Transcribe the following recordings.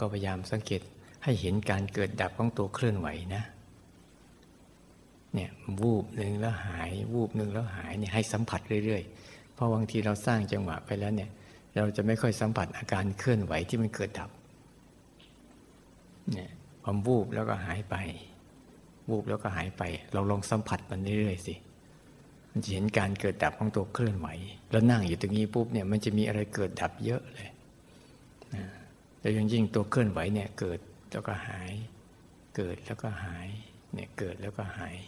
ก็พยายามสังเกตให้เห็นการเกิดดับของตัวเคลื่อนไหวนะเนี่ยวูบหนึ่งแล้วหายวูบหนึ่งแล้วหายเนี่ยให้สัมผัสเรื่อยๆเพราะบางทีเราสร้างจังหวะไปแล้วเนี่ยเราจะไม่ค่อยสัมผัสอาการเคลื่อนไหวที่มันเกิดดับเนี่ยความวูบแล้วก็หายไปวูบแล้วก็หายไปเราลองสัมผัสมันเรื่อยๆสิมันจะเห็นการเกิดดับของตัวเคลื่อนไหวแล้วนั่งอยู่ตรงนี้ปุ๊บเนี่ยมันจะมีอะไรเกิดดับเยอะเลยแต่ยิ่งตัวเคลื่อนไหวเนี่ยเกิดแล้วก็หายเกิดแล้วก็หายเนี่ยเกิดแล้วก็หาย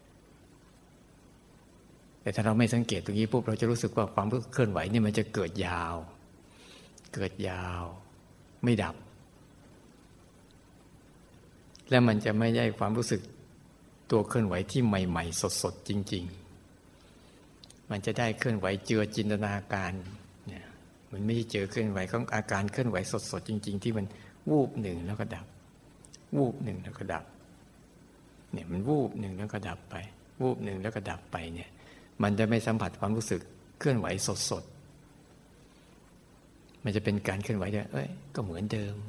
แต่ถ้าเราไม่สังเกตตรงนี้ปุ๊บเราจะรู้สึกว่าความรู้สึกเคลื่อนไหวนี่มันจะเกิดยาวไม่ดับและมันจะไม่ได้ความรู้สึกตัวเคลื่อนไหวที่ใหม่ๆสดๆจริงๆมันจะได้เคลื่อนไหวเจือจินตนาการเนี่ยมันไม่ใช่เจอเคลื่อนไหวของอาการเคลื่อนไหวสดๆจริงๆที่มันวูบหนึ่งแล้วก็ดับวูบหนึ่งแล้วก็ดับเนี่ยมันวูบหนึ่งแล้วก็ดับไปวูบหนึ่งแล้วก็ดับไปเนี่ยมันจะไม่สัมผัสความรู้สึกเคลื่อนไหวสดๆมันจะเป็นการเคลื่อนไหวที่ก็เหมือนเดิม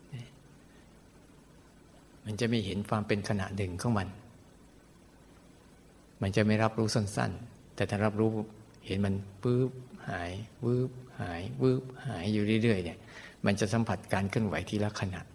มันจะไม่เห็นความเป็นขณะหนึ่งของมันจะไม่รับรู้สั้นๆแต่ถ้ารับรู้เห็นมันปึ๊บหายวืบหายวืบหายอยู่เรื่อยๆเนี่ยมันจะสัมผัสการเคลื่อนไหวทีละขณะ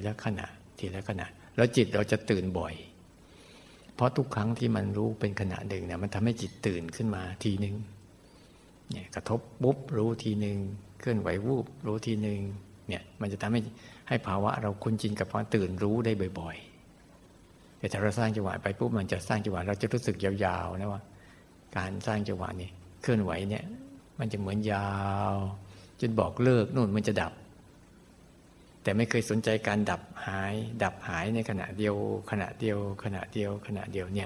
แล้วจิตเราจะตื่นบ่อยเพราะทุกครั้งที่มันรู้เป็นขณะหนึ่งเนี่ยมันทำให้จิตตื่นขึ้นมาทีนึงเนี่ยกระทบปุ๊บรู้ทีนึงเคลื่อนไหววูบรู้ทีนึงเนี่ยมันจะทำให้ภาวะเราคุ้นชินกับความตื่นรู้ได้บ่อยๆแต่ถ้าเราสร้างจังหวะไปปุ๊บมันจะสร้างจังหวะเราจะรู้สึกยาวๆนะว่าการสร้างจังหวะนี่เคลื่อนไหวเนี่ยมันจะเหมือนยาวจนบอกเลิกนู่นมันจะดับแต่ไม่เคยสนใจการดับหายในขณะเดียวเนี่ย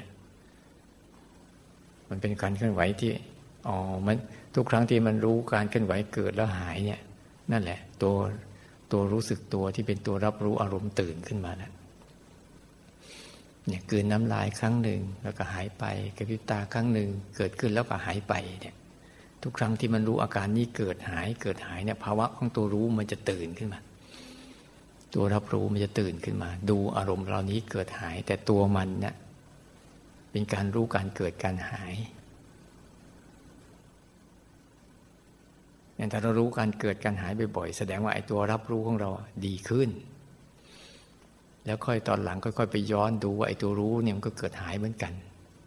มันเป็นการเคลื่อนไหวที่มันทุกครั้งที่มันรู้การเคลื่อนไหวเกิดแล้วหายเนี่ยนั่นแหละตัวรู้สึกตัวที่เป็นตัวรับรู้อารมณ์ตื่นขึ้นมานะเนี่ยกลืนน้ำลายครั้งหนึ่งแล้วก็หายไปกระพริบตาครั้งหนึ่งเกิดขึ้นแล้วก็หายไปเนี่ยทุกครั้งที่มันรู้อาการนี้เกิดหายเนี่ยภาวะของตัวรู้มันจะตื่นขึ้นมาตัวรับรู้มันจะตื่นขึ้นมาดูอารมณ์เหล่านี้เกิดหายแต่ตัวมันเนี่ยเป็นการรู้การเกิดการหายถ้าเรารู้การเกิดการหายบ่อยๆแสดงว่าไอ้ตัวรับรู้ของเราดีขึ้นแล้วค่อยตอนหลังค่อยๆไปย้อนดูว่าไอ้ตัวรู้เนี่ยมันก็เกิดหายเหมือนกัน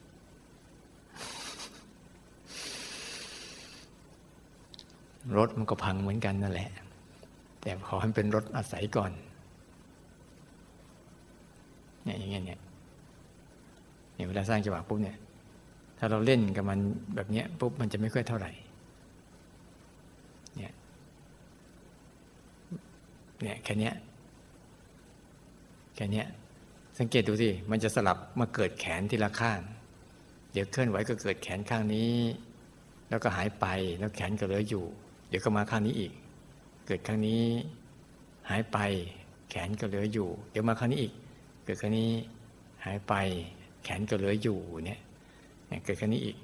รถมันก็พังเหมือนกันนั่นแหละแต่ขอให้เป็นรถอาศัยก่อนเนี่ยอย่างเงี้ยเนี่ยเวลาสร้างจังหวะปุ๊บเนี่ยถ้าเราเล่นกับมันแบบเนี้ยปุ๊บมันจะไม่ค่อยเท่าไหร่เนี่ยแค่เนี้ยสังเกตดูสิมันจะสลับมาเกิดแขนทีละข้างเดี๋ยวเคลื่อนไหวก็เกิดแขนข้างนี้แล้วก็หายไปแล้วแขนก็เหลืออยู่เดี๋ยวก็มาข้างนี้อีกเกิดข้างนี้หายไปแขนก็เหลืออยู่เดี๋ยวมาข้างนี้อีกเกิดข้างนี้หายไปแขนก็เหลืออยู่เนี่ยเกิดข้างนี้อีก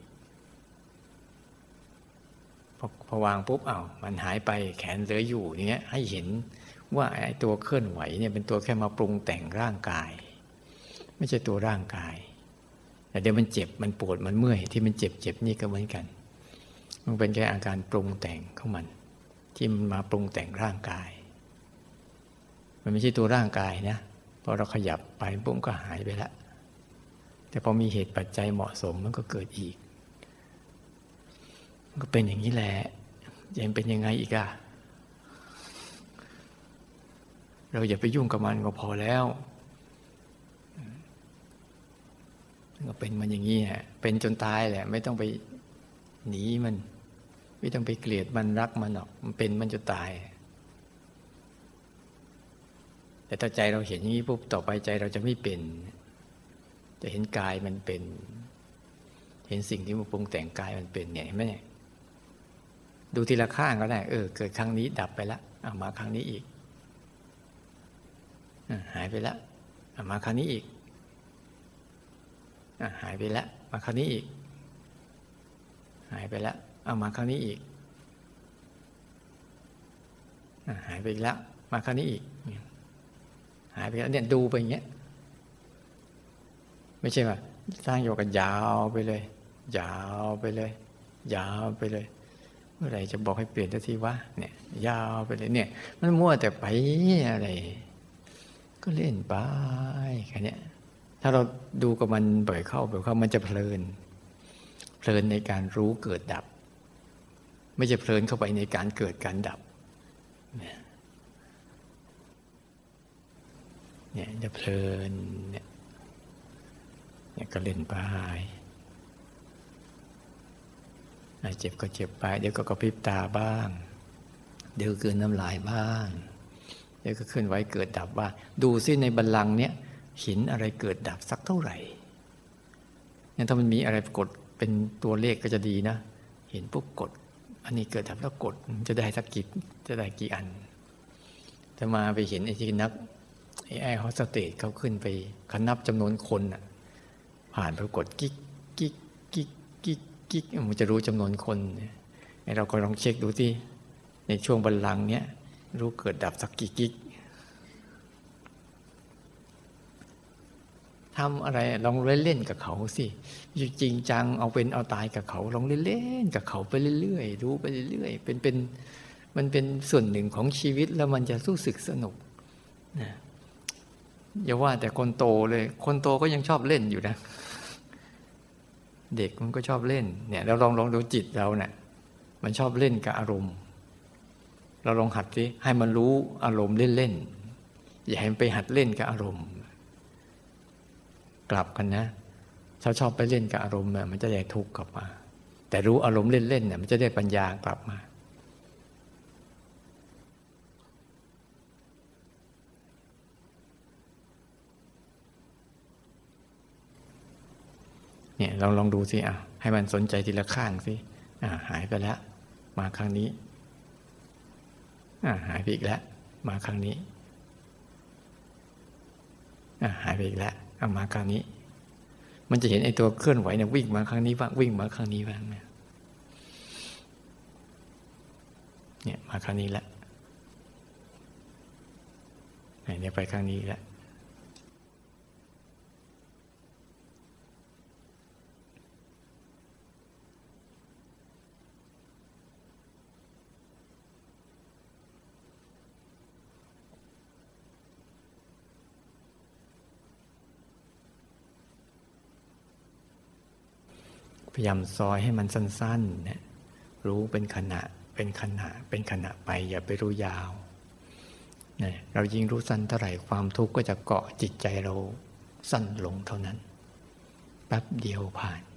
พอวางปุ๊บมันหายไปแขนเหลืออยู่อย่างเงี้ยให้เห็นว่าไอ้ตัวเคลื่อนไหวเนี่ยเป็นตัวแค่มาปรุงแต่งร่างกายไม่ใช่ตัวร่างกายแต่เดี๋ยวมันเจ็บมันปวดมันเมื่อยที่มันเจ็บนี่ก็เหมือนกันมันเป็นแค่อาการปรุงแต่งของมันที่มันมาปรุงแต่งร่างกายมันไม่ใช่ตัวร่างกายนะพอเราขยับไปปุ๊บก็หายไปแล้วแต่พอมีเหตุปัจจัยเหมาะสมมันก็เกิดอีกมันก็เป็นอย่างนี้แหละยังเป็นยังไงอีกอะเราอย่าไปยุ่งกับมันก็พอแล้วก็เป็นมันอย่างนี้เป็นจนตายแหละไม่ต้องไปหนีมันไม่ต้องไปเกลียดมันรักมันหรอกมันเป็นมันจะตายแต่ถ้าใจเราเห็นอย่างนี้ปุ๊บต่อไปใจเราจะไม่เป็นจะเห็นกายมันเป็นเห็นสิ่งที่มันปรุงแต่งกายมันเป็นเนี่ยเห็นไหมเนี่ยดูทีละข้างก็ได้เกิดครั้งนี้ดับไปแล้วมาครั้งนี้อีกหายไปแล้วมาครั้งนี้อีกหายไปแล้วมาครั้งนี้อีกหายไปแล้วมาครั้งนี้อีกหายไปแล้วมาครั้งนี้อีกหายไปแล้วเนี่ยดูไปอย่างเงี้ยไม่ใช่ว่าสร้างโยกันยาวไปเลยยาวไปเลยยาวไปเลยเมื่อไหร่จะบอกให้เปลี่ยนทันทีวะเนี่ยยาวไปเลยเนี่ยมันมั่วแต่ไปอะไรก็เล่นไปแค่นี้ถ้าเราดูกับมันบ่อยเข้ามันจะเพลินในการรู้เกิดดับไม่จะเพลินเข้าไปในการเกิดการดับเนี่ยจะเพลินเนี่ยก็เล่นไปเจ็บก็เจ็บไปเดี๋ยวก็กระพริบตาบ้างเดี๋ยวก็กลืนน้ำลายบ้างเดี๋ยวก็เคลื่อนไหวเกิดดับบ้างดูซิในบัลลังก์เนี้ยหินอะไรเกิดดับสักเท่าไหร่เนี่ยถ้ามันมีอะไรกดเป็นตัวเลขก็จะดีนะเห็นปุ๊บกดอันนี้เกิดดับแล้วกดจะได้สักกี่อันจะมาไปเห็นไอ้ที่นักไอ้โฮสเตสเขาขึ้นไปเขานับจำนวนคนน่ะผ่านปรากฏกิ๊กกิ๊กกิ๊กกิ๊กกิ๊กมันจะรู้จำนวนคนไอ้เราก็ลองเช็คดูที่ในช่วงบัลลังก์เนี้ยรู้เกิดดับสักกี่กิ๊กทำอะไรลองเล่นกับเขาสิจริงจังเอาเป็นเอาตายกับเขาลองเล่นกับเขาไปเรื่อยๆรู้ไปเรื่อยๆมันเป็นส่วนหนึ่งของชีวิตแล้วมันจะรู้สึกสนุกนะอย่าว่าแต่คนโตเลยคนโตก็ยังชอบเล่นอยู่นะเด็กมันก็ชอบเล่นเนี่ยเราลองดูจิตเราเนี่ยมันชอบเล่นกับอารมณ์เราลองหัดสิให้มันรู้อารมณ์เล่นๆอย่าให้มันไปหัดเล่นกับอารมณ์กลับกันนะถ้าชอบไปเล่นกับอารมณ์มันจะได้ทุกข์กลับมาแต่รู้อารมณ์เล่นๆเนี่ยมันจะได้ปัญญากลับมาเนี่ยลองดูสิให้มันสนใจทีละข้างสิหายไปแล้วมาครั้งนี้หายไปอีกแล้วมาครั้งนี้หายไปอีกแล้วมาครั้งนี้มันจะเห็นไอ้ตัวเคลื่อนไหวเนี่ยวิ่งมาครั้งนี้บ้างวิ่งมาครั้งนี้บ้างเนี่ยมาครั้งนี้แล้วเนี่ยไปครั้งนี้แล้วพยายามซอยให้มันสั้นๆนะรู้เป็นขณะไปอย่าไปรู้ยาวนะเรายิ่งรู้สั้นเท่าไหร่ความทุกข์ก็จะเกาะจิตใจเราสั้นลงเท่านั้นแป๊บเดียวผ่าน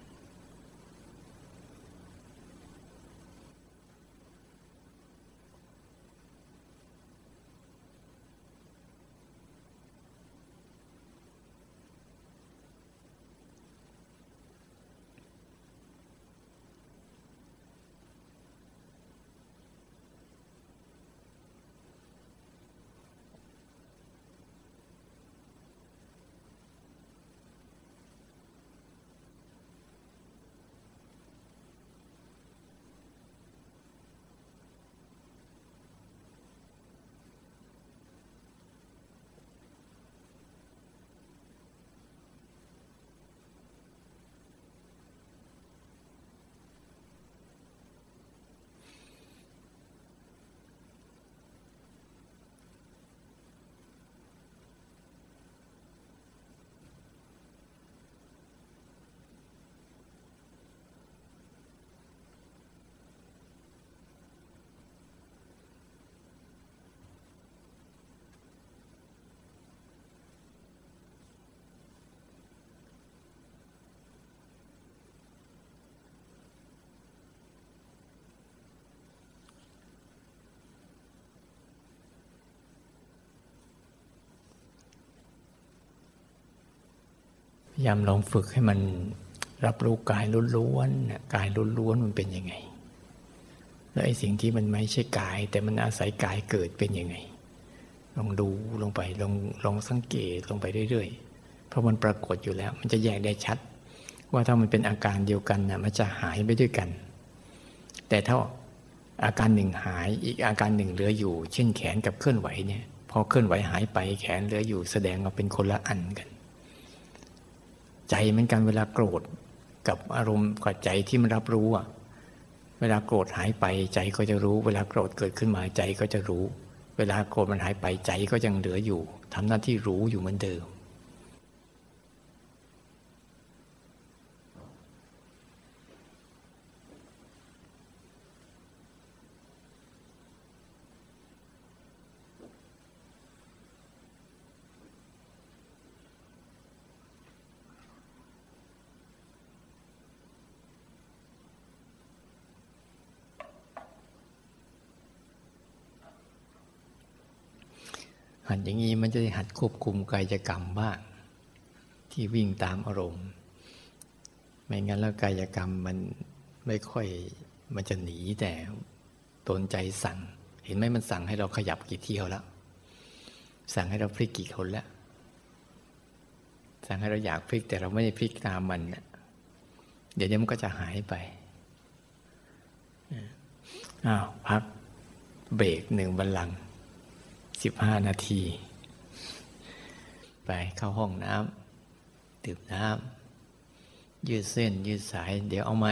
พยายามลองฝึกให้มันรับรู้กายล้วนๆกายล้วนๆมันเป็นยังไงแล้วไอ้สิ่งที่มันไม่ใช่กายแต่มันอาศัยกายเกิดเป็นยังไงลองดูลงไปลองสังเกตลงไปเรื่อยๆเพราะมันปรากฏอยู่แล้วมันจะแยกได้ชัดว่าถ้ามันเป็นอาการเดียวกันมันจะหายไปด้วยกันแต่ถ้าอาการหนึ่งหายอีกอาการหนึ่งเหลืออยู่เช่นแขนกับเคลื่อนไหวเนี่ยพอเคลื่อนไหวหายไปแขนเหลืออยู่แสดงว่าเป็นคนละอันกันใจเหมือนกันเวลาโกรธกับอารมณ์กับใจที่มันรับรู้อ่ะเวลาโกรธหายไปใจก็จะรู้เวลาโกรธเกิดขึ้นมาใจก็จะรู้เวลาโกรธมันหายไปใจก็ยังเหลืออยู่ทำหน้าที่รู้อยู่เหมือนเดิมหัดอย่างนี้มันจะได้หัดควบคุมกายกรรมบ้างที่วิ่งตามอารมณ์ไม่งั้นแล้วกายกรรมมันไม่ค่อยมันจะหนีแต่ตนใจสั่งเห็นไหมมันสั่งให้เราขยับกี่เที่ยวแล้วสั่งให้เราพลิกกี่คนแล้วสั่งให้เราอยากพลิกแต่เราไม่ได้พลิกตามมันเดี๋ยวนี้มันก็จะหายไปพักเบรก1 บัลลังก์15 นาทีไปเข้าห้องน้ำดื่มน้ำยืดเส้นยืดสายเดี๋ยวเอาไหม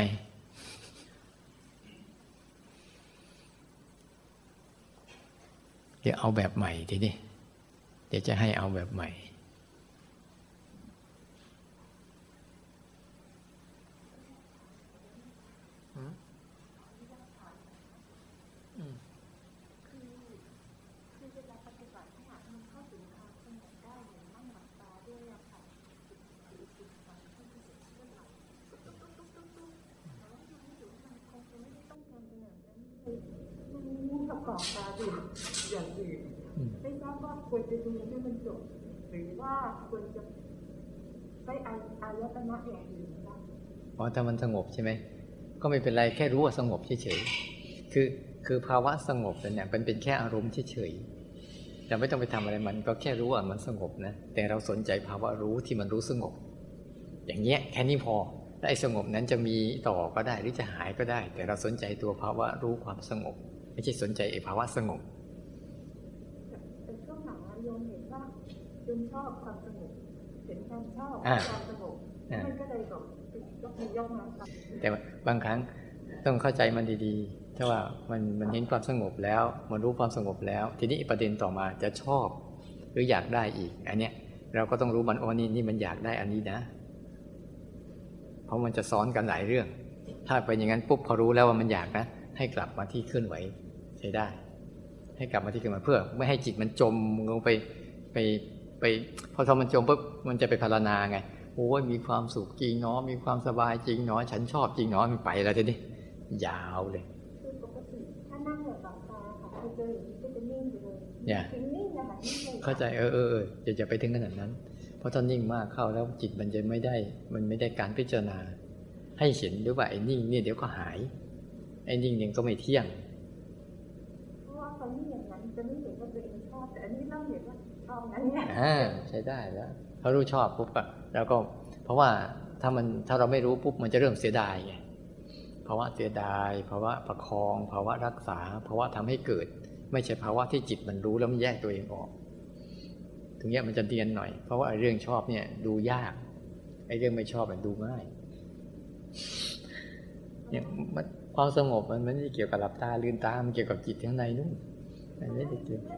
เดี๋ยวเอาแบบใหม่ทีนี้เดี๋ยวจะให้เอาแบบใหม่ต่อตาดูอย่างอื่นไม่ทราบว่าควรจะดูให้มันจบหรือว่าควรจะใช้อายตนะอย่างอื่นบ้างเพราะถ้ามันสงบใช่ไหมก็ไม่เป็นไรแค่รู้ว่าสงบเฉยๆคือภาวะสงบเนี่ยมันเป็นแค่อารมณ์เฉยๆเราไม่ต้องไปทำอะไรมันก็แค่รู้ว่ามันสงบนะแต่เราสนใจภาวะรู้ที่มันรู้สงบอย่างเงี้ยแค่นี้พอแล้วไอ้สงบนั้นจะมีต่อก็ได้หรือจะหายก็ได้แต่เราสนใจตัวภาวะรู้ความสงบไม่ใช่สนใจไอ้ภาวะสงบแต่ช่วงหลังโยมเห็นว่าโยมชอบความสงบเห็นความชอบความสงบมันก็เลยแบบยกมาแต่บางครั้งต้องเข้าใจมันดีๆถ้าว่ามันเห็นความสงบแล้วมันรู้ความสงบแล้วทีนี้ประเด็นต่อมาจะชอบหรืออยากได้อีกอันเนี้ยเราก็ต้องรู้มันนี่มันอยากได้อันนี้นะเพราะมันจะซ้อนกันหลายเรื่องถ้าเป็นอย่างนั้นปุ๊บพอรู้แล้วว่ามันอยากนะให้กลับมาที่เคลื่อนไหวใช้ได้ให้กลับมาที่เคลื่อนไหวเพื่อไม่ให้จิตมันจมลงไปพอมันจมปุ๊บมันจะไปพารณาไงโอ้ยมีความสุขจริงเนาะมีความสบายจริงเนาะฉันชอบจริงเนาะมันไปแล้วทีนี้ยาวเลยคือปกติถ้านั่งแบบหลับตาค่ะพอเจออย่างนี้ก็จะนิ่งไปเลยนิ่งนะคะเข้าใจจะไปถึงขนาดนั้นเพราะถ้านิ่งมากเข้าแล้วจิตมันจะไม่ได้การพิจารณาให้เห็นด้วยว่าไอ้นิ่งเนี่ยเดี๋ยวก็หายไอ้นิ่งเนี่ยก็ไม่เที่ยงเพราะว่าตอนนี้อย่างนั้นจะไม่เห็นว่าตัวเองชอบแต่อันนี้เราเห็นว่าชอบนั้นเนี่ยใช้ได้แล้วเขารู้ชอบปุ๊บอะแล้วก็เพราะว่าถ้าเราไม่รู้ปุ๊บมันจะเริ่มเสียดายไงภาวะเสียดายภาวะประคองภาวะรักษาภาวะทำให้เกิดไม่ใช่ภาวะที่จิตมันรู้แล้วมันแยกตัวเองออกถึงเนี้ยมันจะเรียนหน่อยเพราะว่าไอ้เรื่องชอบเนี่ยดูยากไอ้เรื่องไม่ชอบมันดูง่ายเนี่ยความสงบมันไม่ได้เกี่ยวกับหลับตาลืมตามันเกี่ยวกับจิตข้างในนู่นมันไม่ได้เกี่ยว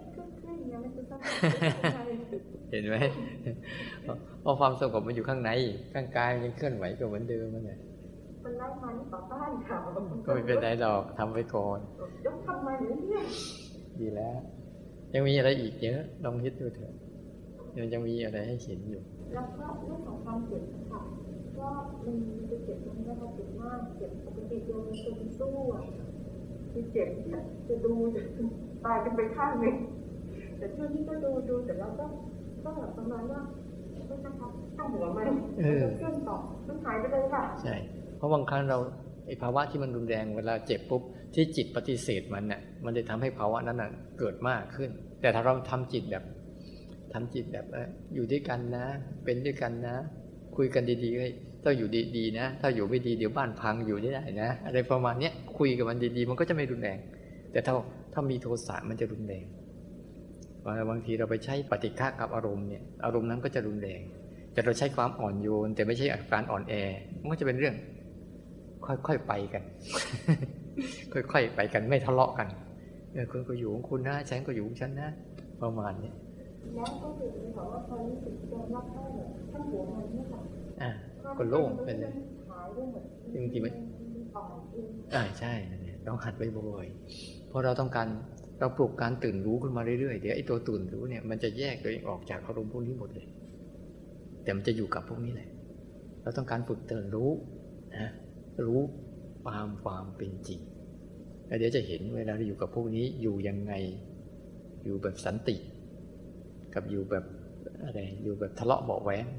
เห็นไหมเพราะความสงบมันอยู่ข้างในข้างกายมันยังเคลื่อนไหวก็เหมือนเดิมมันไงมันไล่มานี่ต่อต้านค่ะก็ไม่เป็นไรหรอกทำไปก่อนยกทำมาอย่างนี้ดีแล้วยังมีอะไรอีกเยอะลองคิดดูเถอะยังมีอะไรให้เห็นอยู่แล้วก็เรื่องของความเจ็บค่ะก็มันจะเจ็บมันก็เจ็บมากเจ็บปกติโยมจะสู้คือเจ็บจะดูตายกันไปข้างหนึ่งแต่ช่วงนี้ก็ดูแต่เราก็แบบประมาณว่าไม่นะคะตั้งหัวมันเคลื่อนต่อมันหายไปเลยค่ะใช่เพราะบางครั้งเราไอ้ภาวะที่มันรุนแรงเวลาเจ็บปุ๊บที่จิตปฏิเสธมันเนี่ยมันจะทำให้ภาวะนั้นเกิดมากขึ้นแต่ถ้าเราทำจิตแบบอยู่ด้วยกันนะเป็นด้วยกันนะคุยกันดีๆเลยถ้าอยู่ดีๆนะถ้าอยู่ไม่ดีเดี๋ยวบ้านพังอยู่ไม่ได้นะอะไรประมาณนี้คุยกับมันดีๆมันก็จะไม่รุนแรงแต่ถ้ามีโทสะมันจะรุนแรงบางทีเราไปใช้ปฏิฆะกับอารมณ์เนี่ยอารมณ์นั้นก็จะรุนแรงแต่เราใช้ความอ่อนโยนแต่ไม่ใช่การอ่อนแอมันก็จะเป็นเรื่องค่อยๆไปกัน ค่อยๆไปกันไม่ทะเลาะกันคุณก็อยู่ของคุณนะฉันก็อยู่ของฉันนะประมาณนี้แล้วก็คือบอกว่าพอรู้สึกยอมรับได้เนี่ยท่านหัวมันไม่หลับก็โล่งไปเลยหายด้วยหมดจริงๆมันอ่อนเองใช่ต้องหัดบ่อยๆเพราะเราต้องการเราปลุกการตื่นรู้ขึ้นมาเรื่อยๆเดี๋ยวไอ้ตัวตื่นรู้เนี่ยมันจะแยกตัวเองออกจากอารมณ์พวกนี้หมดเลยแต่มันจะอยู่กับพวกนี้แหละเราต้องการฝึกตื่นรู้นะรู้ความเป็นจริงแล้วเดี๋ยวจะเห็นเวลาเราอยู่กับพวกนี้อยู่ยังไงอยู่แบบสันติกับอยู่แบบอะไรอยู่แบบทะเลาะเบาะแว้ง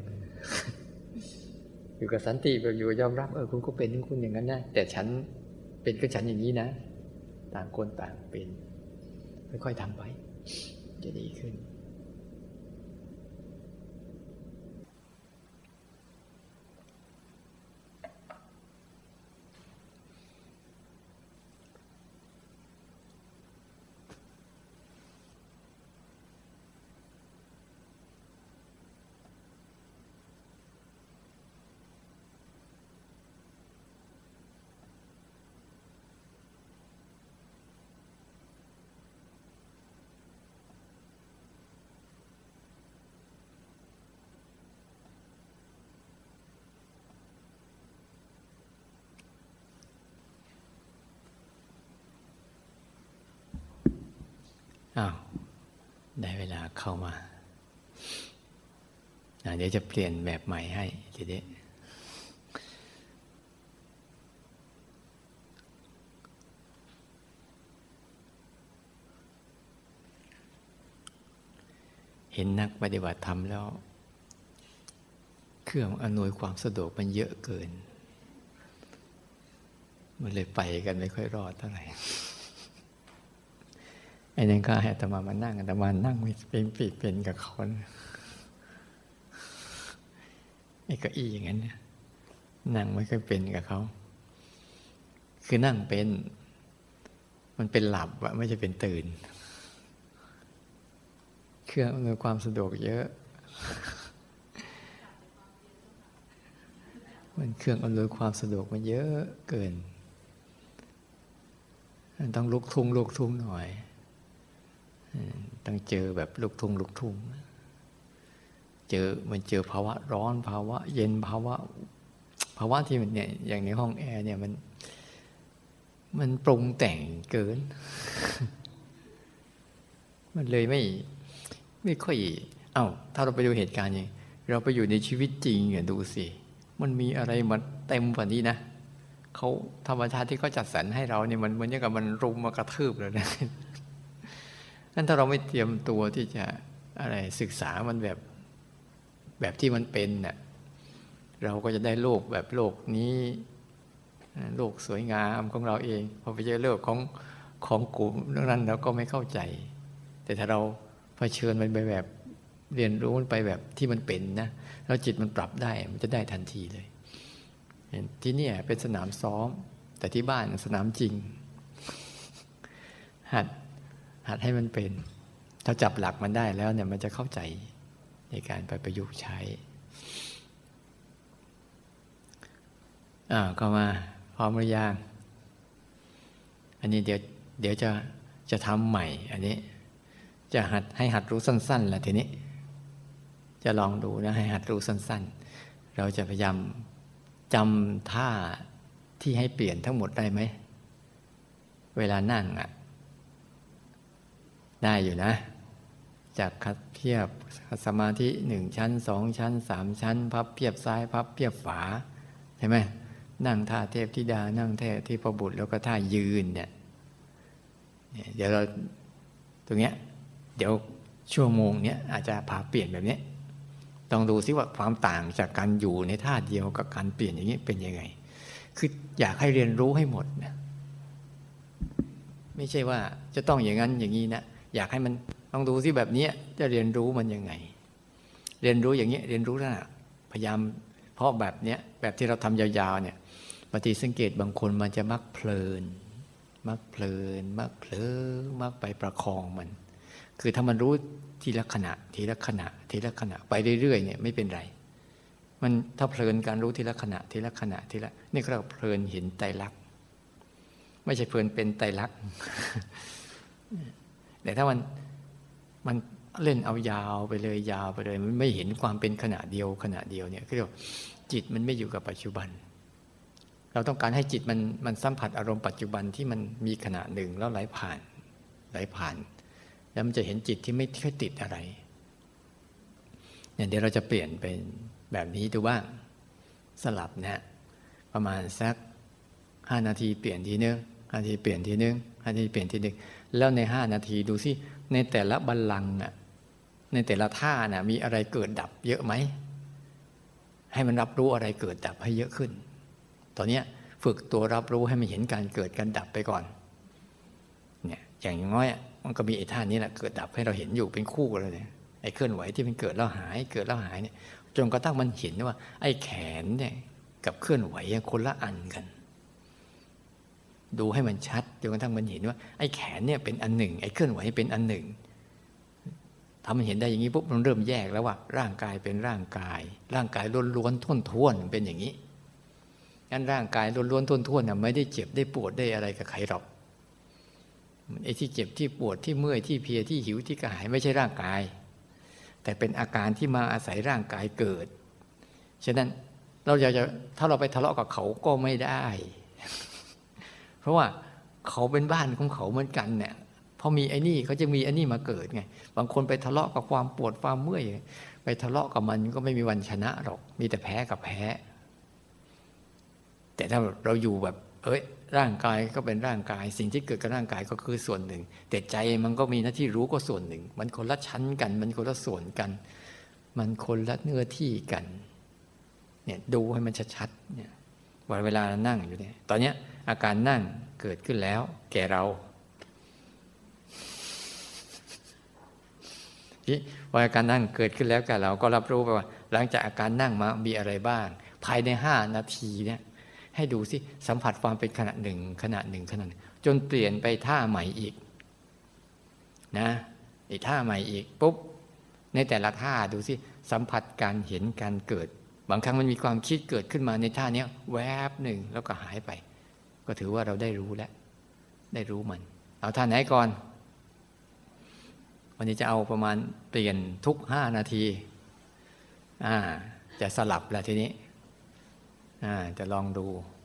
อยู่กับสันติแบบอยู่ยอมรับคุณก็เป็นคุณอย่างนั้นนะแต่ฉันเป็นก็ฉันอย่างนี้นะต่างคนต่างเป็นค่อยๆทำไปจะดีขึ้นได้เวลาเข้ามาเดี๋ยวจะเปลี่ยนแบบใหม่ให้ทีเดียวเห็นนักปฏิบัติธรรมแล้วเครื่องอำนวยความสะดวกมันเยอะเกินมันเลยไปกันไม่ค่อยรอดเท่าไหร่ไอ้นั่นก็ให้อาตมามานั่งอาตมานั่งไม่เป็นกับเขาไอ้เก้าอี้อย่างนั้นนั่งไม่ค่อยเป็นกับเขาคือนั่งเป็นมันเป็นหลับอะไม่ใช่เป็นตื่นเครื่องอำนวยความสะดวกเยอะมันเครื่องอำนวยความสะดวกมันเยอะเกินมันต้องลุกทุ่งหน่อยต้องเจอแบบลุกทุ่งมันเจอภาวะร้อนภาวะเย็นภาวะที่มันเนี่ยอย่างในห้องแอร์เนี่ยมันปรุงแต่งเกิน มันเลยไม่ค่อยถ้าเราไปดูเหตุการณ์อย่างเราไปอยู่ในชีวิตจริงดูสิมันมีอะไรมาเต็มกว่านี้นะเขาธรรมชาติที่เขาจัดสรรให้เราเนี่ยมันเหมือนกับมันรุมมากระทืบเลยนะนั่นถ้าเราไม่เตรียมตัวที่จะศึกษามันแบบที่มันเป็นน่ะเราก็จะได้โลกแบบโลกนี้โลกสวยงามของเราเองพอไปเจอโลกของกลุ่มเรื่องนั้นเราก็ไม่เข้าใจแต่ถ้าเราเผชิญมันไปแบบเรียนรู้มันไปแบบที่มันเป็นนะแล้วจิตมันปรับได้มันจะได้ทันทีเลยที่นี่เป็นสนามซ้อมแต่ที่บ้านสนามจริงหัดให้มันเป็นถ้าจับหลักมันได้แล้วเนี่ยมันจะเข้าใจในการไปประยุกต์ใช้ก็มาพร้อมหรือยังอันนี้เดี๋ยวจะทำใหม่อันนี้จะให้หัดรู้สั้นๆแหละทีนี้จะลองดูนะให้หัดรู้สั้นๆเราจะพยายามจำท่าที่ให้เปลี่ยนทั้งหมดได้ไหมเวลานั่งได้อยู่นะจากคัดเพียบสมาธิ1 ชั้น2 ชั้น3 ชั้นพับเพียบซ้ายพับเพียบฝาใช่ไหมนั่งท่าเทพธิดานั่งท่าที่พบุตรแล้วก็ท่ายืนเนี่ยเดี๋ยวเราตรงเนี้ยเดี๋ยวชั่วโมงเนี้ยอาจจะพาเปลี่ยนแบบนี้ต้องดูซิว่าความต่างจากการอยู่ในท่าเดียวกับการเปลี่ยนอย่างนี้เป็นยังไงคืออยากให้เรียนรู้ให้หมดนะไม่ใช่ว่าจะต้องอย่างนั้นอย่างนี้นะอยากให้มันต้องดูซิแบบนี้จะเรียนรู้มันยังไงเรียนรู้อย่างนี้เรียนรู้นะพยายามเพราะแบบนี้แบบที่เราทำยาวๆเนี่ยปฏิสังเกตบางคนมันจะมักเพลินมักไปประคองมันคือถ้ามันรู้ทีละขณะทีละขณะทีละขณะไปเรื่อยๆเนี่ยไม่เป็นไรมันถ้าเพลินการรู้ทีละขณะทีละขณะทีละนี่ก็เรียกว่าเพลินเห็นไตรลักษณ์ไม่ใช่เพลินเป็นไตรลักษณ์ แต่ถ้ามันเล่นเอายาวไปเลยยาวไปเลยมันไม่เห็นความเป็นขณะเดียวขณะเดียวเนี่ยเรียกว่าจิตมันไม่อยู่กับปัจจุบันเราต้องการให้จิตมันสัมผัสอารมณ์ปัจจุบันที่มันมีขณะหนึ่งแล้วไหลผ่านแล้วมันจะเห็นจิตที่ไม่ค่อยติดอะไรเนี่ยเดี๋ยวเราจะเปลี่ยนเป็นแบบนี้ดูบ้างสลับนะประมาณสัก5 นาทีเปลี่ยนทีนึง5 นาทีเปลี่ยนทีนึง5 นาทีเปลี่ยนทีนึงแล้วใน5 นาทีดูสิในแต่ละบัลลังก์ในแต่ละท่าน่ะมีอะไรเกิดดับเยอะไหมให้มันรับรู้อะไรเกิดดับให้เยอะขึ้นตอนนี้ฝึกตัวรับรู้ให้มันเห็นการเกิดการดับไปก่อนเนี่ยอย่างน้อยมันก็มีไอ้ท่านี้แหละเกิดดับให้เราเห็นอยู่เป็นคู่กันเลยเนี่ยไอ้เคลื่อนไหวที่มันเกิดแล้วหายเกิดแล้วหายเนี่ยจนกระทั่งมันเห็นว่าไอ้แขนเนี่ยกับเคลื่อนไหวคนละอันกันดูให้มันชัดจนกระทั่งมันเห็นว่าไอ้แขนเนี่ยเป็นอันหนึ่งไอ้เคลื่อนไหวเป็นอันหนึ่งถ้ามันเห็นได้อย่างนี้ปุ๊บมันเริ่มแยกแล้วว่าร่างกายเป็นร่างกายล้วนๆท่วนๆเป็นอย่างนี้งั้นร่างกายล้วนๆท่วนๆน่ะไม่ได้เจ็บได้ปวดได้อะไรกับใครหรอกไอ้ที่เจ็บที่ปวดที่เมื่อยที่เพลียที่หิวที่กระหายไม่ใช่ร่างกายแต่เป็นอาการที่มาอาศัยร่างกายเกิดฉะนั้นเราอยากจะถ้าเราไปทะเลาะกับเขาก็ไม่ได้เพราะว่าเขาเป็นบ้านของเขาเหมือนกันเนี่ยพอมีไอ้นี่เขาจะมีไอ้นี่มาเกิดไงบางคนไปทะเลาะกับความปวดความเมื่อยไปทะเลาะกับมันก็ไม่มีวันชนะหรอกมีแต่แพ้กับแพ้แต่ถ้าเราอยู่แบบร่างกายก็เป็นร่างกายสิ่งที่เกิดกับร่างกายก็คือส่วนหนึ่งแต่ใจมันก็มีหน้าที่รู้ก็ส่วนหนึ่งมันคนละชั้นกันมันคนละส่วนกันมันคนละเนื้อที่กันเนี่ยดูให้มันชัดๆเนี่ยเวลานั่งอยู่เนี่ยตอนเนี้ยอาการนั่งเกิดขึ้นแล้วแก่เราว่าอาการนั่งเกิดขึ้นแล้วแก่เราก็รับรู้ไปว่าหลังจากอาการนั่งมามีอะไรบ้างภายใน5 นาทีเนี่ยให้ดูสิสัมผัสความเป็นขณะหนึ่งขณะหนึ่งขณะหนึ่งจนเปลี่ยนไปท่าใหม่อีกนะอีกท่าใหม่อีกปุ๊บในแต่ละท่าดูสิสัมผัสการเห็นการเกิดบางครั้งมันมีความคิดเกิดขึ้นมาในท่านี้แวบหนึ่งแล้วก็หายไปก็ถือว่าเราได้รู้แล้วได้รู้มันเอาท่าไหนก่อนวันนี้จะเอาประมาณเปลี่ยนทุก5 นาทีจะสลับแล้วทีนี้จะลองดู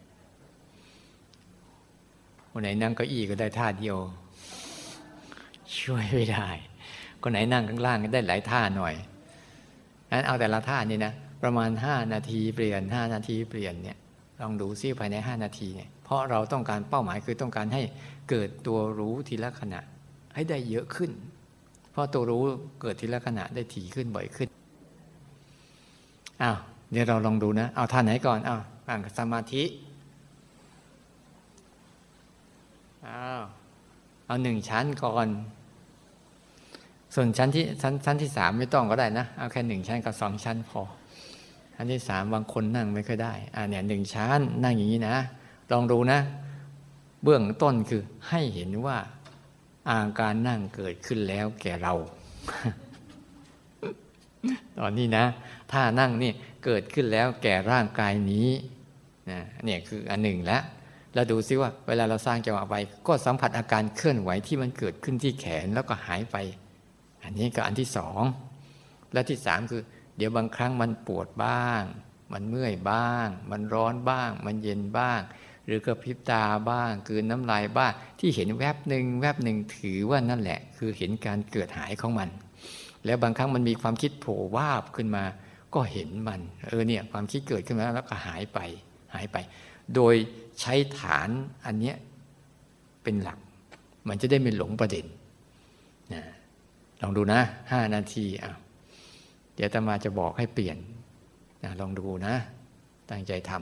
คนไหนนั่งเก้าอี้ก็ได้ท่าเดียวช่วยไม่ได้คนไหนนั่งข้างล่างก็ได้หลายท่าหน่อยงั้นเอาแต่ละท่านี่นะประมาณ5 นาทีเปลี่ยน5 นาทีเปลี่ยนเนี่ยลองดูซิภายใน5 นาทีเนี่ยเพราะเราต้องการเป้าหมายคือต้องการให้เกิดตัวรู้ทีละขณะให้ได้เยอะขึ้นเพราะตัวรู้เกิดทีละขณะได้ถี่ขึ้นบ่อยขึ้นเดี๋ยวเราลองดูนะเอาท่าไหนก่อนนั่งสมาธิเอา1 ชั้นก่อนส่วนชั้นที่3ไม่ต้องก็ได้นะเอาแค่1 ชั้นกับ2 ชั้นพอชั้นที่3บางคนนั่งไม่ค่อยได้เนี่ย1 ชั้นนั่งอย่างนี้นะลองดูนะเบื้องต้นคือให้เห็นว่าอาการนั่งเกิดขึ้นแล้วแก่เรา ตอนนี้นะท่านั่งนี่เกิดขึ้นแล้วแก่ร่างกายนี้เนี่ยคืออันหนึ่งแล้วดูซิว่าเวลาเราสร้างจังหวะไปก็สัมผัสอาการเคลื่อนไหวที่มันเกิดขึ้นที่แขนแล้วก็หายไปอันนี้ก็อันที่2และที่3คือเดี๋ยวบางครั้งมันปวดบ้างมันเมื่อยบ้างมันร้อนบ้างมันเย็นบ้างหรือกระพริบตาบ้างกลืนน้ำลายบ้างที่เห็นแวบหนึ่งถือว่านั่นแหละคือเห็นการเกิดหายของมันแล้วบางครั้งมันมีความคิดโผล่วาบขึ้นมาก็เห็นมันเนี่ยความคิดเกิดขึ้นมาแล้วก็หายไปโดยใช้ฐานอันเนี้ยเป็นหลักมันจะได้ไม่หลงประเด็นลองดูนะ5 นาทีเดี๋ยวอาตมาจะบอกให้เปลี่ยนลองดูนะตั้งใจทำ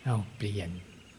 เอาเปลี่ยน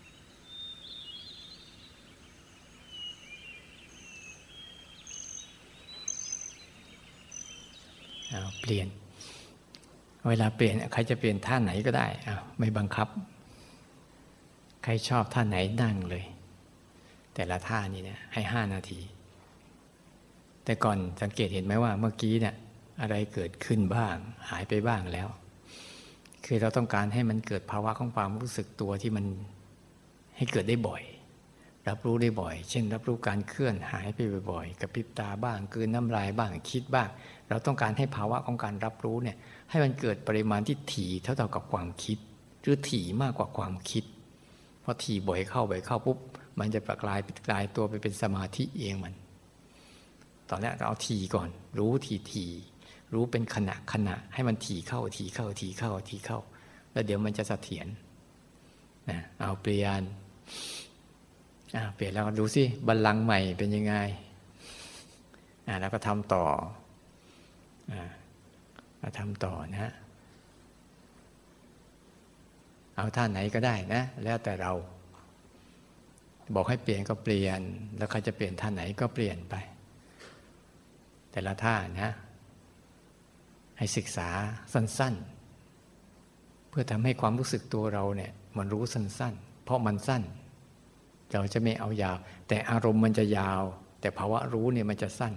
เปลี่ยนเวลาเปลี่ยนใครจะเปลี่ยนท่าไหนก็ได้ไม่บังคับใครชอบท่าไหนนั่งเลยแต่ละท่านี่เนี่ยให้5 นาทีแต่ก่อนสังเกตเห็นไหมว่าเมื่อกี้เนี่ยอะไรเกิดขึ้นบ้างหายไปบ้างแล้วคือเราต้องการให้มันเกิดภาวะของความรู้สึกตัวที่มันให้เกิดได้บ่อยรับรู้ได้บ่อยเช่นรับรู้การเคลื่อนหายไปบ่อยๆกระพริบตาบ้างกลืนน้ำลายบ้างคิดบ้างเราต้องการให้ภาวะของการรับรู้เนี่ยให้มันเกิดปริมาณที่ถี่เท่ากับความคิดหรือถี่มากกว่าความคิดพอถี่บ่อยเข้าปุ๊บมันจะกลายตัวไปเป็นสมาธิเองมันตอนแรกเราเอาถี่ก่อนรู้ถี่รู้เป็นขณะให้มันถี่เข้าแล้วเดี๋ยวมันจะเสถียรนะเอาเปลี่ยนแล้วดูสิบัลลังก์ใหม่เป็นยังไงแล้วก็ทำต่อนะเอาท่าไหนก็ได้นะแล้วแต่เราบอกให้เปลี่ยนก็เปลี่ยนแล้วใครจะเปลี่ยนท่าไหนก็เปลี่ยนไปแต่ละท่านะให้ศึกษาสั้นๆเพื่อทำให้ความรู้สึกตัวเราเนี่ยมันรู้สั้นๆเพราะมันสั้นเราจะไม่เอายาวแต่อารมณ์มันจะยาวแต่ภาวะรู้เนี่ยมันจะสั้น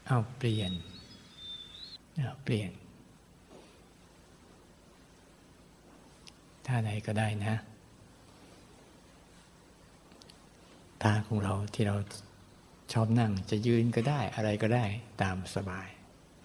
เอาเปลี่ยนท่าไหนก็ได้นะท่าของเราที่เราชอบนั่งจะยืนก็ได้อะไรก็ได้ตามสบาย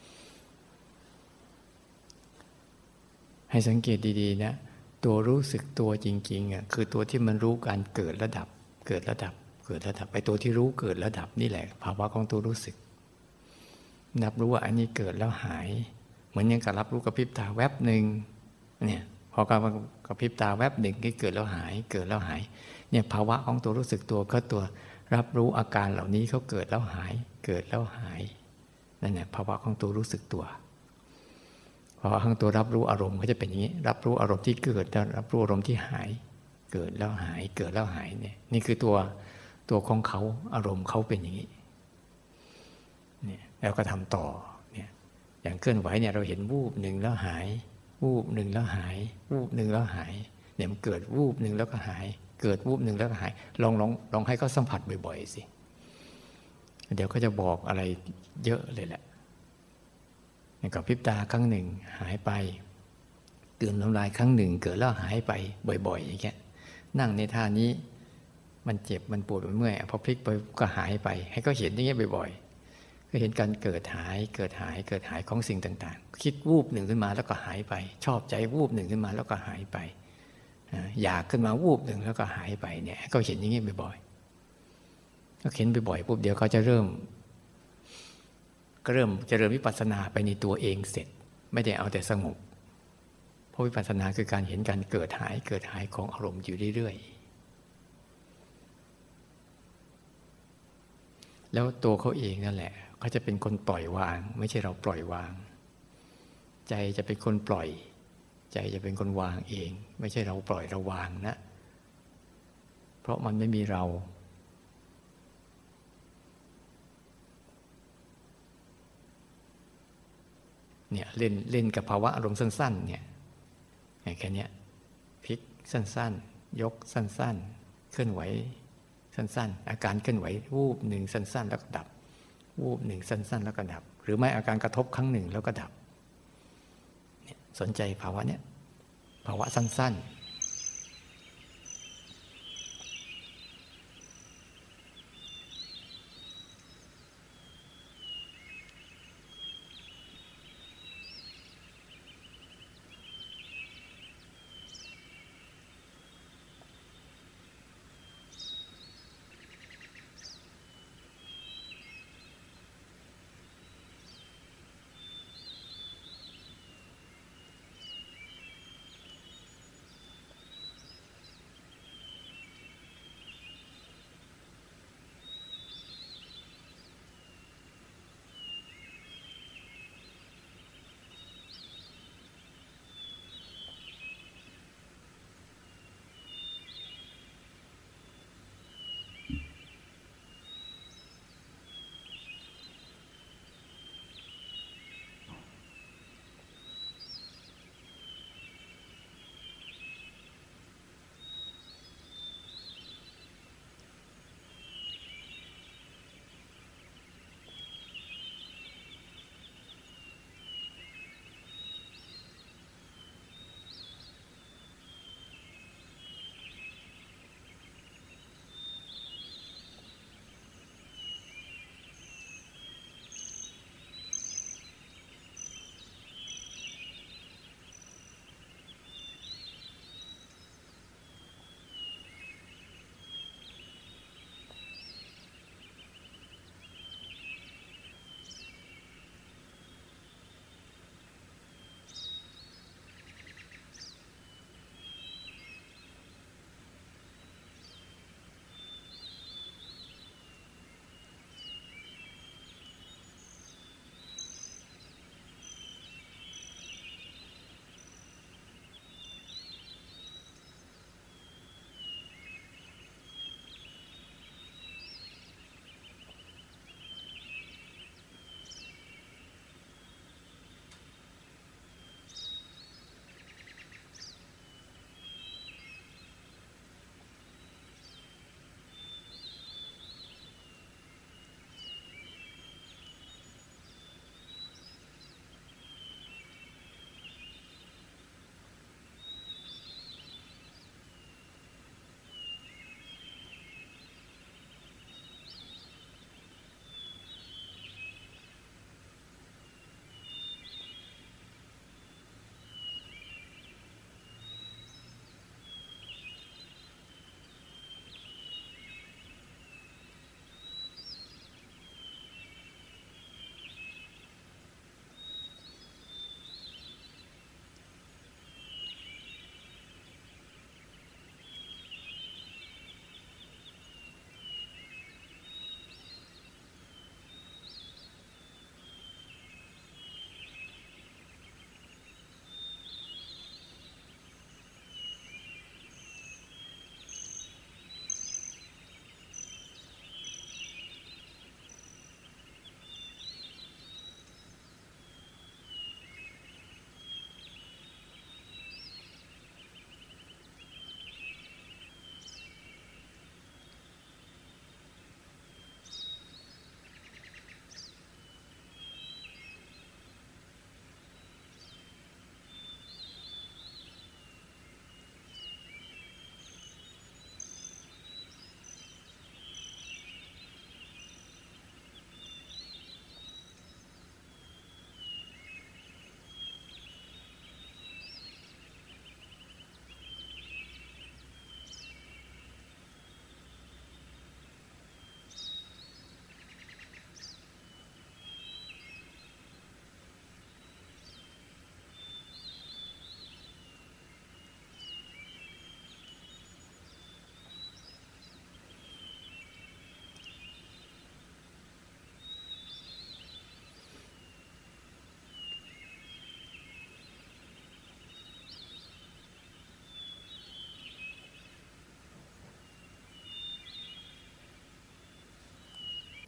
ให้สังเกตดีๆนะตัวรู้สึกตัวจริงๆอ่ะคือตัวที่มันรู้การเกิดระดับไปตัวที่รู้เกิดระดับนี่แหละภาวะของตัวรู้สึกรับรู้ว่าอันนี้เกิดแล้วหายเหมือนอย่างกับรับรู้กระพริบตาแวบหนึ่งเนี่ยพอกระพริบตาแวบหนึ่งที่เกิดแล้วหายเนี่ยภาวะของตัวรู้สึกตัวก็ตัวรับรู้อาการเหล่านี้เขาเกิดแล้วหายนั่นแหละภาวะของตัวรู้สึกตัวภาวะของตัวรับรู้อารมณ์ก็จะเป็นอย่างนี้รับรู้อารมณ์ที่เกิดแล้วรับรู้อารมณ์ที่หายเกิดแล้วหายเนี่ยนี่คือตัวของเขาอารมณ์เขาเป็นอย่างนี้เนี่ยแล้วก็ทำต่อเนี่ยอย่างเคลื่อนไหวเนี่ยเราเห็นวูบหนึ่งแล้วหายวูบหนึ่งแล้วหายวูบหนึ่งแล้วหายเนี่ยมันเกิดวูบหนึ่งแล้วก็หายเกิดวูบหนึ่งแล้วก็หายลองให้เขาสัมผัสบ่อยๆสิเดี๋ยวเขาจะบอกอะไรเยอะเลยแหละอย่างกับพริบตาครั้งหนึ่งหายไปกลืนน้ำลายครั้งหนึ่งเกิดแล้วหายไปบ่อยๆอย่างเงี้ยนั่งในท่านี้มันเจ็บมันปวดมันเมื่อยพอพลิกไปก็หายไปให้เขาเห็นอย่างเงี้ยบ่อยๆก็เห็นการเกิดหายของสิ่งต่างๆคิดวูบหนึ่งขึ้นมาแล้วก็หายไปชอบใจวูบหนึ่งขึ้นมาแล้วก็หายไปอยากขึ้นมาวูบหนึ่งแล้วก็หายไปเนี่ยก็เห็นอย่างเงี้ยบ่อยๆก็เห็นบ่อยๆปุ๊บเดี๋ยวเขาจะเริ่มวิปัสสนาไปในตัวเองเสร็จไม่ได้เอาแต่สงบเพราะวิปัสสนาคือการเห็นการเกิดหายของอารมณ์อยู่เรื่อยๆแล้วตัวเขาเองนั่นแหละเขาจะเป็นคนปล่อยวางไม่ใช่เราปล่อยวางใจจะเป็นคนปล่อยใจจะเป็นคนวางเองไม่ใช่เราปล่อยเราวางนะเพราะมันไม่มีเราเนี่ยเล่นกับภาวะอารมณ์สั้นๆเนี่ยแค่นี้พลิกสั้นๆยกสั้นๆเคลื่อนไหวสั้นๆอาการเคลื่อนไหววูบหนึ่งสั้นๆแล้วก็ดับวูบหนึ่งสั้นๆแล้วก็ดับหรือไม่อาการกระทบครั้งหนึ่งแล้วก็ดับสนใจภาวะเนี้ยภาวะสั้นๆ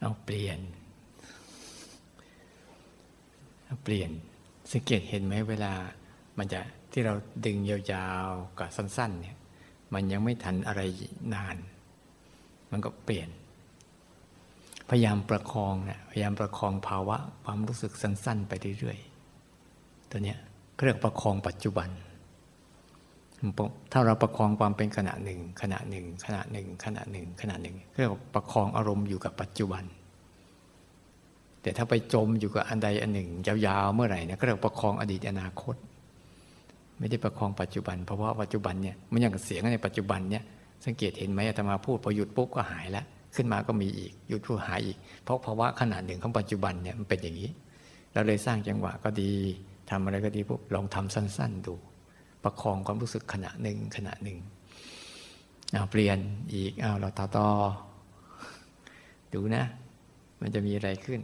เอาเปลี่ยนสังเกตเห็นไหมเวลามันจะที่เราดึงยาวๆกับสั้นๆเนี่ยมันยังไม่ทันอะไรนานมันก็เปลี่ยนพยายามประคองนะพยายามประคองภาวะความรู้สึกสั้นๆไปเรื่อยๆตัวเนี้ยเรียกประคองปัจจุบันถ้าเราประคองความเป็นขณะหนึ่งขณะหนึ่งขณะหนึ่งขณะหนึ่งขณะหนึ่งเรียกว่าประคองอารมณ์อยู่กับปัจจุบันแต่ถ้าไปจมอยู่กับอันใดอันหนึ่งยาวๆเมื่อไหร่นะก็เรียกประคองอดีตอนาคตไม่ได้ประคองปัจจุบันเพราะว่าปัจจุบันเนี่ยมันอย่างเสียงในปัจจุบันเนี่ยสังเกตเห็นไหมอาตมาพูดพอหยุดปุ๊บก็หายแล้วขึ้นมาก็มีอีกหยุดพูดหายอีกเพราะภาวะขณะหนึ่งของปัจจุบันเนี่ยมันเป็นอย่างนี้เราเลยสร้างจังหวะก็ดีทำอะไรก็ดีปุ๊บลองทำสั้นๆดูประคองความรู้สึกขณะหนึ่งขณะหนึ่งเปลี่ยนอีกเราต่อดูนะมันจะมีอะไรขึ้น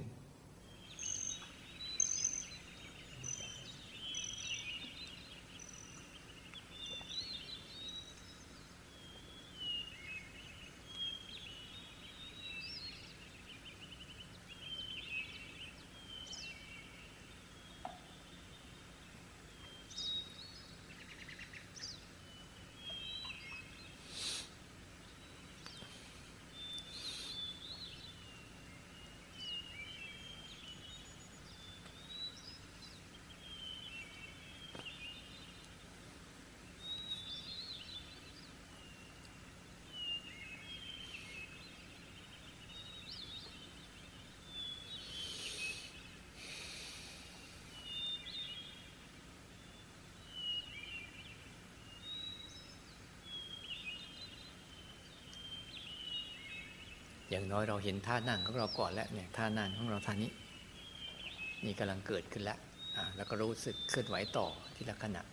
อย่างน้อยเราเห็นท่านั่งของเราก่อนแล้วเนี่ยท่านั่งของเราท่านี้นี่กำลังเกิดขึ้นแล้วแล้วก็รู้สึกเคลื่อนไหวต่อทีละขณะ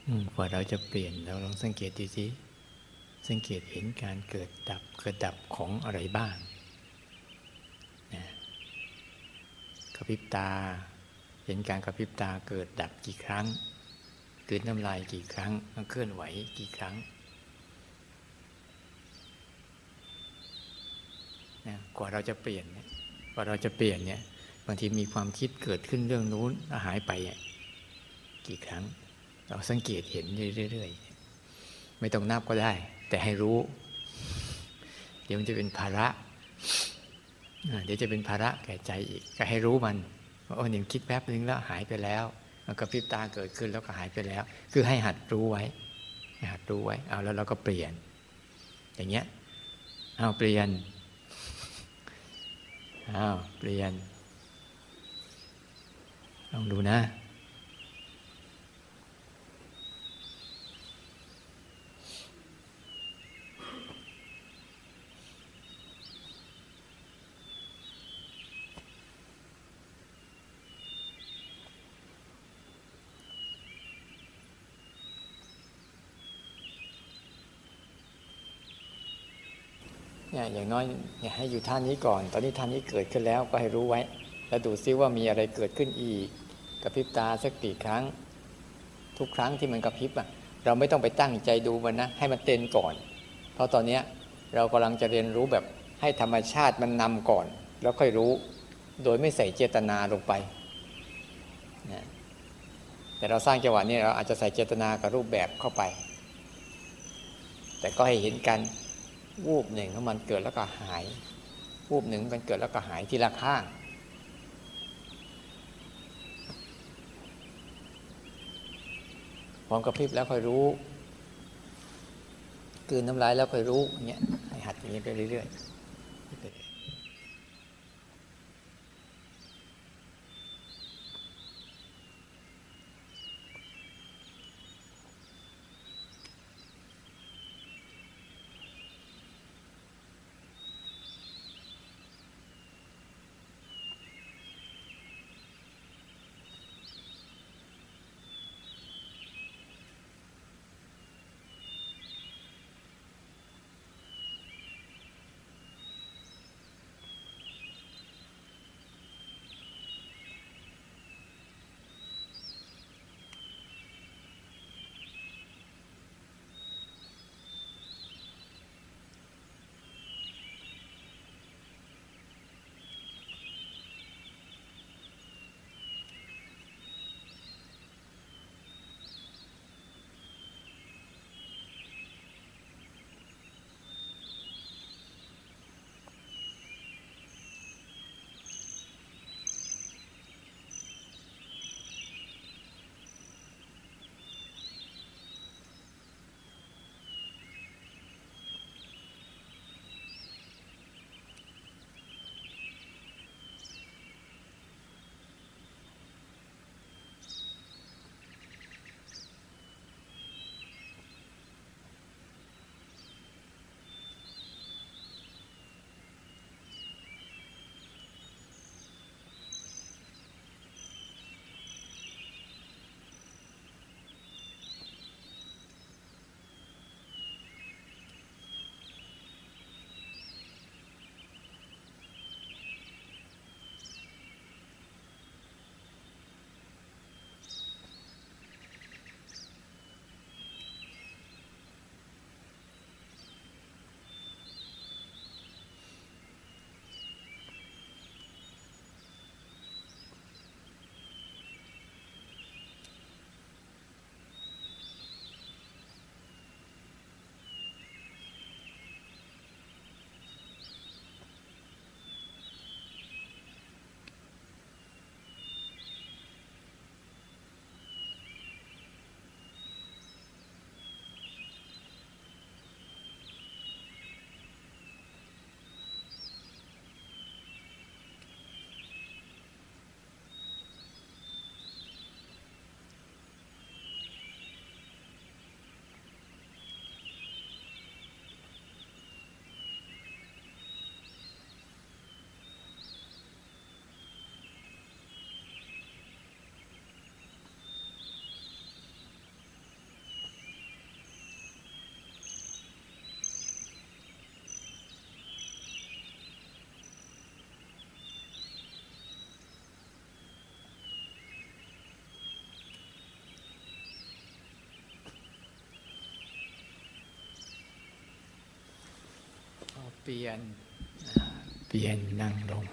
กว่าเราจะเปลี่ยนเราลองสังเกตดูสิสังเกตเห็นการเกิดดับของอะไรบ้างนะกระพริบตาเห็นการกระพริบตาเกิดดับกี่ครั้งกลืนน้ำลายกี่ครั้งเคลื่อนไหวกี่ครั้งนะกว่าเราจะเปลี่ยนเนี่ยบางทีมีความคิดเกิดขึ้นเรื่องนู้นหายไปกี่ครั้งเราสังเกตเห็นเรื่อยๆไม่ต้องนับก็ได้แต่ให้รู้เดี๋ยวมันจะเป็นภาระเดี๋ยวจะเป็นภาระแก่ใจอีกก็ให้รู้มันว่าหนึ่งคิดแป๊บนึงแล้วหายไปแล้วกระพริบตาเกิดขึ้นแล้วก็หายไปแล้วคือให้หัดรู้ไว้เอาแล้วเราก็เปลี่ยนอย่างเงี้ยเอาเปลี่ยนลองดูนะอย่างน้อยให้อยู่ท่านี้ก่อนตอนนี้ท่านี้เกิดขึ้นแล้วก็ให้รู้ไว้แล้วดูซิว่ามีอะไรเกิดขึ้นอีกกระพริบตาสักกี่ครั้งทุกครั้งที่มันกระพริบเราไม่ต้องไปตั้งใจดูมันนะให้มันเต้นก่อนเพราะตอนนี้เรากำลังจะเรียนรู้แบบให้ธรรมชาติมันนำก่อนแล้วค่อยรู้โดยไม่ใส่เจตนาลงไปนะแต่เราสร้างจังหวะนี้เราอาจจะใส่เจตนากับรูปแบบเข้าไปแต่ก็ให้เห็นกันวูบหนึ่งของมันเกิดแล้วก็หายวูบหนึ่งมันเกิดแล้วก็หายทีละข้างพร้อมกระพริบแล้วค่อยรู้กลืนน้ำลายแล้วค่อยรู้อย่างเงี้ยให้หัดอย่างนี้ไปเรื่อยๆเปลี่ยนนั่งลง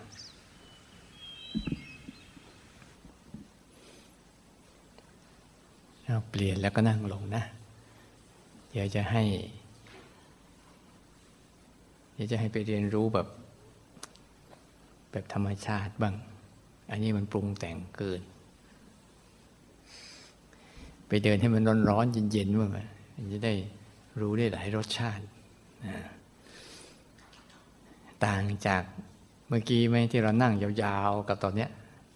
เปลี่ยนแล้วก็นั่งลงนะเดี๋ยวจะให้ไปเรียนรู้แบบธรรมชาติบ้างอันนี้มันปรุงแต่งเกินไปเดินให้มันร้อนๆเย็นๆบ้างมันจะได้รู้ได้หลายรสชาติต่างจากเมื่อกี้ไหมที่เรานั่งยาวๆกับตอนเนี้ย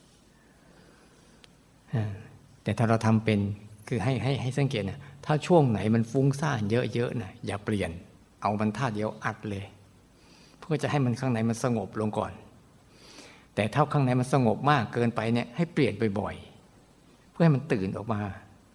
แต่ถ้าเราทำเป็นคือให้สังเกตนะถ้าช่วงไหนมันฟุ้งซ่านเยอะๆนะอย่าเปลี่ยนเอามันท่าเดียวอัดเลยเพื่อจะให้มันข้างในมันสงบลงก่อนแต่ถ้าข้างในมันสงบมากเกินไปเนี่ยให้เปลี่ยนบ่อยๆเพื่อให้มันตื่นออกมา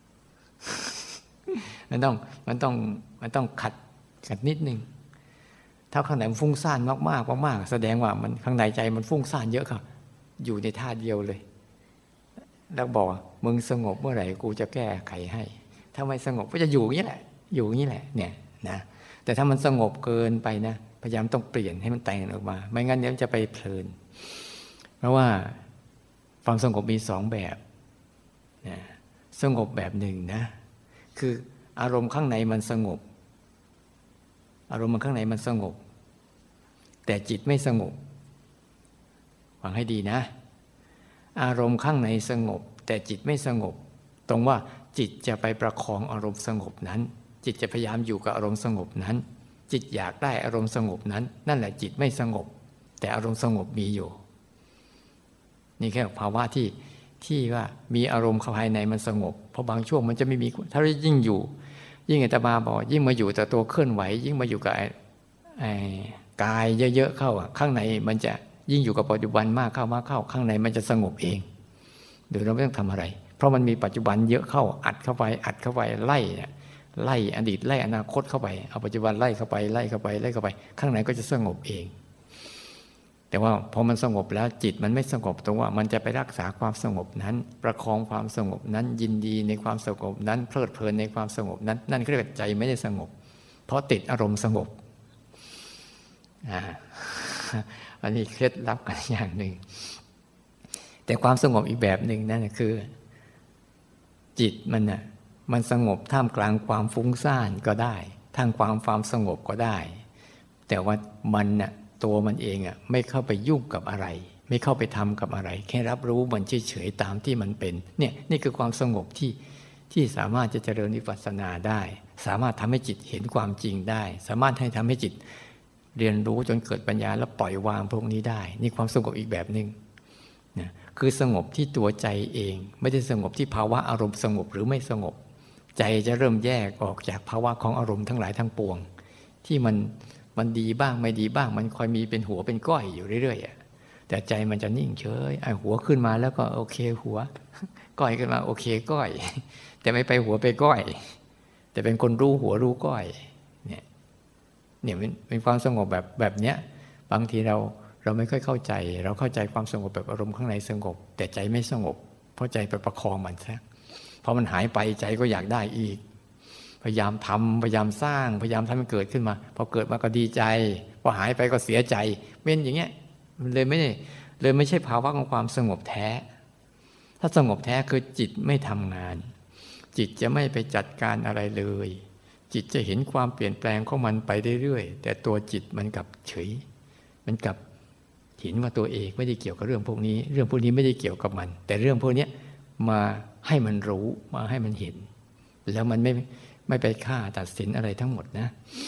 มันต้องขัดนิดนึงถ้าข้างในมันฟุ้งซ่านมากแสดงว่ามันข้างในใจมันฟุ้งซ่านเยอะค่ะอยู่ในท่าเดียวเลยแล้วบอกมึงสงบเมื่อไหร่กูจะแก้ไขให้ถ้าไม่สงบก็จะอยู่อย่างนี้แหละเนี่ยนะแต่ถ้ามันสงบเกินไปนะพยายามต้องเปลี่ยนให้มันแต่งออกมาไม่งั้นเดี๋ยวจะไปเพลินเพราะว่าความสงบมีสองแบบนะสงบแบบหนึ่งนะคืออารมณ์ข้างในมันสงบอารมณ์มันข้างในมันสงบแต่จิตไม่สงบฟังให้ดีนะอารมณ์ข้างในสงบแต่จิตไม่สงบตรงว่าจิตจะไปประคองอารมณ์สงบนั้นจิตจะพยายามอยู่กับอารมณ์สงบนั้นจิตอยากได้อารมณ์สงบนั้นนั่นแหละจิตไม่สงบแต่อารมณ์สงบมีอยู่นี่แค่ภาวะที่ว่ามีอารมณ์ภายในมันสงบเพราะบางช่วงมันจะไม่มีถ้ายิ่งอยู่ยิ่งอาตมาบอกยิ่งมาอยู่แต่ตัวเคลื่อนไหวยิ่งมาอยู่กับกายเยอะๆเข้าข้างในมันจะยิ่งอยู่กับปัจจุบันมากเข้าข้างในมันจะสงบเองโดยเราไม่ต้องทำอะไรเพราะมันมีปัจจุบันเยอะเข้าอัดเข้าไปไล่อดีตไล่อนาคตเข้าไปเอาปัจจุบันไล่เข้าไปข้างในก็จะสงบเองแต่ว่าพอมันสงบแล้วจิตมันไม่สงบตรงว่ามันจะไปรักษาความสงบนั้นประคองความสงบนั้นยินดีในความสงบนั้นเพลิดเพลินในความสงบนั้นนั่นก็เรียกว่าใจไม่ได้สงบเพราะติดอารมณ์สงบอันนี้เคล็ดลับกันอย่างหนึ่งแต่ความสงบอีกแบบหนึ่งนั่นคือจิตมันสงบท่ามกลางความฟุ้งซ่านก็ได้ท่ามกลางความสงบก็ได้แต่ว่ามันตัวมันเองไม่เข้าไปยุ่งกับอะไรไม่เข้าไปทำกับอะไรแค่รับรู้มันเฉยๆตามที่มันเป็นนี่คือความสงบที่สามารถจะเจริญวิปัสสนาได้สามารถทำให้จิตเห็นความจริงได้สามารถทำให้จิตเรียนรู้จนเกิดปัญญาแล้วปล่อยวางพวกนี้ได้นี่ความสงบอีกแบบนึงนะคือสงบที่ตัวใจเองไม่ได้สงบที่ภาวะอารมณ์สงบหรือไม่สงบใจจะเริ่มแยกออกจากภาวะของอารมณ์ทั้งหลายทั้งปวงที่มันดีบ้างไม่ดีบ้างมันคอยมีเป็นหัวเป็นก้อยอยู่เรื่อยๆแต่ใจมันจะนิ่งเฉยหัวขึ้นมาแล้วก็โอเคหัวก้อยขึ้นมาโอเคก้อยแต่ไม่ไปหัวไปก้อยแต่เป็นคนรู้หัวรู้ก้อยเนี่ยเป็นความสงบแบบเนี้ยบางทีเราไม่ค่อยเข้าใจเราเข้าใจความสงบแบบอารมณ์ข้างในสงบแต่ใจไม่สงบเพราะใจไปประคองมันซะพอมันหายไปใจก็อยากได้อีกพยายามทำพยายามสร้างพยายามทำให้เกิดขึ้นมาพอเกิดมาก็ดีใจพอหายไปก็เสียใจเป็นอย่างเงี้ยมันเลยไม่ใช่ภาวะของความสงบแท้ถ้าสงบแท้คือจิตไม่ทำงานจิตจะไม่ไปจัดการอะไรเลยจิตจะเห็นความเปลี่ยนแปลงของมันไปเรื่อยๆแต่ตัวจิตมันกลับเฉยมันกลับเห็นว่าตัวเองไม่ได้เกี่ยวกับเรื่องพวกนี้เรื่องพวกนี้ไม่ได้เกี่ยวกับมันแต่เรื่องพวกนี้มาให้มันรู้มาให้มันเห็นแล้วมันไม่ไปฆ่าตัดสินอะไรทั้งหมดนะ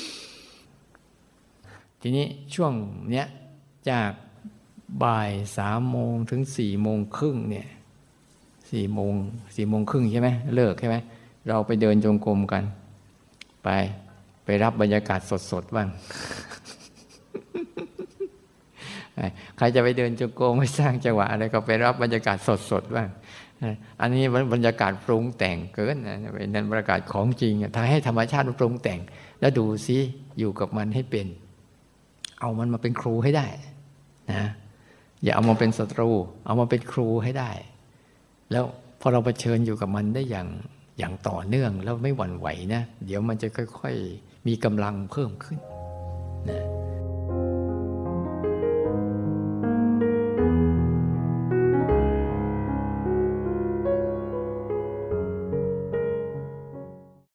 ทีนี้ช่วงเนี้ยจากบ่าย3 โมงถึง4 โมงครึ่งเนี่ย4 โมงครึ่งใช่ไหมเลิกใช่ไหมเราไปเดินจงกรมกันไปรับบรรยากาศสดๆบ้าง ใครจะไปเดินจงกรมไม่สร้างจังหวะอะไรก็ไปรับบรรยากาศสดๆบ้างอันนี้บรรยากาศปรุงแต่งเกินเป็นบรรยากาศของจริงถ้าให้ธรรมชาติมันปรุงแต่งแล้วดูซิอยู่กับมันให้เป็นเอามันมาเป็นครูให้ได้นะอย่าเอามาเป็นศัตรูเอามาเป็นครูให้ได้แล้วพอเราเผชิญอยู่กับมันได้อย่างต่อเนื่องแล้วไม่หวั่นไหวนะเดี๋ยวมันจะค่อยๆมีกำลังเพิ่มขึ้นนะ